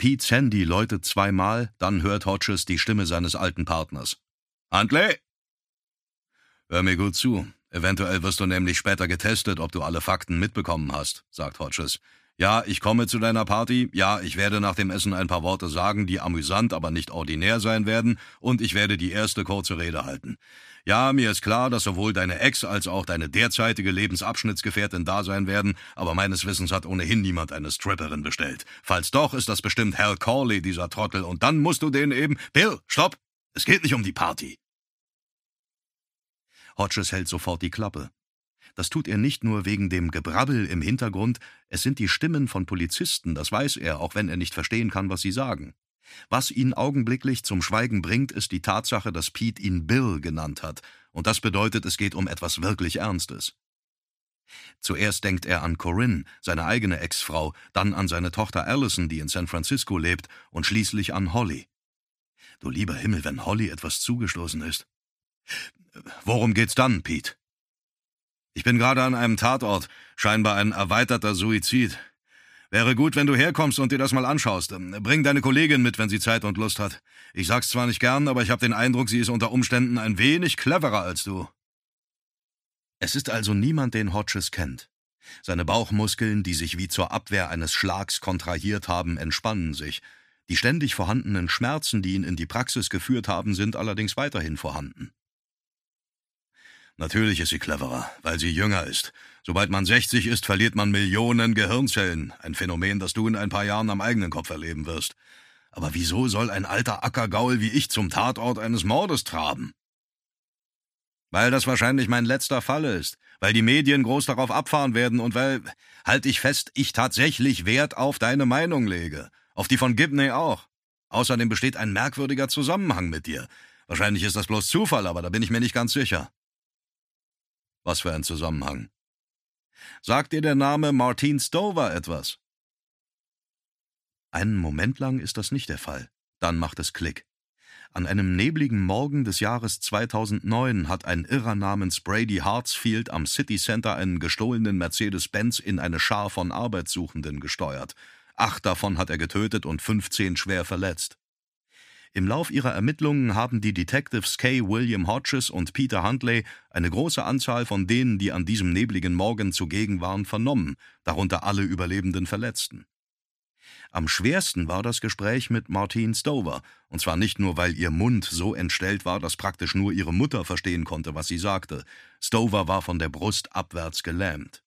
Pete's Handy läutet zweimal, dann hört Hodges die Stimme seines alten Partners. »Huntley?« »Hör mir gut zu. Eventuell wirst du nämlich später getestet, ob du alle Fakten mitbekommen hast«, sagt Hodges. »Ja, ich komme zu deiner Party. Ja, ich werde nach dem Essen ein paar Worte sagen, die amüsant, aber nicht ordinär sein werden. Und ich werde die erste kurze Rede halten. Ja, mir ist klar, dass sowohl deine Ex als auch deine derzeitige Lebensabschnittsgefährtin da sein werden, aber meines Wissens hat ohnehin niemand eine Stripperin bestellt. Falls doch, ist das bestimmt Hal Corley, dieser Trottel, und dann musst du den eben... Bill, stopp! Es geht nicht um die Party!« Hodges hält sofort die Klappe. Das tut er nicht nur wegen dem Gebrabbel im Hintergrund, es sind die Stimmen von Polizisten, das weiß er, auch wenn er nicht verstehen kann, was sie sagen. Was ihn augenblicklich zum Schweigen bringt, ist die Tatsache, dass Pete ihn Bill genannt hat, und das bedeutet, es geht um etwas wirklich Ernstes. Zuerst denkt er an Corinne, seine eigene Ex-Frau, dann an seine Tochter Allison, die in San Francisco lebt, und schließlich an Holly. Du lieber Himmel, wenn Holly etwas zugestoßen ist. »Worum geht's dann, Pete?« »Ich bin gerade an einem Tatort, scheinbar ein erweiterter Suizid. Wäre gut, wenn du herkommst und dir das mal anschaust. Bring deine Kollegin mit, wenn sie Zeit und Lust hat. Ich sag's zwar nicht gern, aber ich habe den Eindruck, sie ist unter Umständen ein wenig cleverer als du.« Es ist also niemand, den Hodges kennt. Seine Bauchmuskeln, die sich wie zur Abwehr eines Schlags kontrahiert haben, entspannen sich. Die ständig vorhandenen Schmerzen, die ihn in die Praxis geführt haben, sind allerdings weiterhin vorhanden. »Natürlich ist sie cleverer, weil sie jünger ist. Sobald man 60 ist, verliert man Millionen Gehirnzellen. Ein Phänomen, das du in ein paar Jahren am eigenen Kopf erleben wirst. Aber wieso soll ein alter Ackergaul wie ich zum Tatort eines Mordes traben?« »Weil das wahrscheinlich mein letzter Fall ist. Weil die Medien groß darauf abfahren werden und weil, halt dich fest, ich tatsächlich Wert auf deine Meinung lege. Auf die von Gibney auch. Außerdem besteht ein merkwürdiger Zusammenhang mit dir. Wahrscheinlich ist das bloß Zufall, aber da bin ich mir nicht ganz sicher.« »Was für ein Zusammenhang?« »Sagt dir der Name Martine Stover etwas?« Einen Moment lang ist das nicht der Fall. Dann macht es Klick. An einem nebligen Morgen des Jahres 2009 hat ein Irrer namens Brady Hartsfield am City Center einen gestohlenen Mercedes-Benz in eine Schar von Arbeitssuchenden gesteuert. 8 davon hat er getötet und 15 schwer verletzt. Im Lauf ihrer Ermittlungen haben die Detectives K. William Hodges und Peter Huntley eine große Anzahl von denen, die an diesem nebligen Morgen zugegen waren, vernommen, darunter alle überlebenden Verletzten. Am schwersten war das Gespräch mit Martine Stover, und zwar nicht nur, weil ihr Mund so entstellt war, dass praktisch nur ihre Mutter verstehen konnte, was sie sagte. Stover war von der Brust abwärts gelähmt.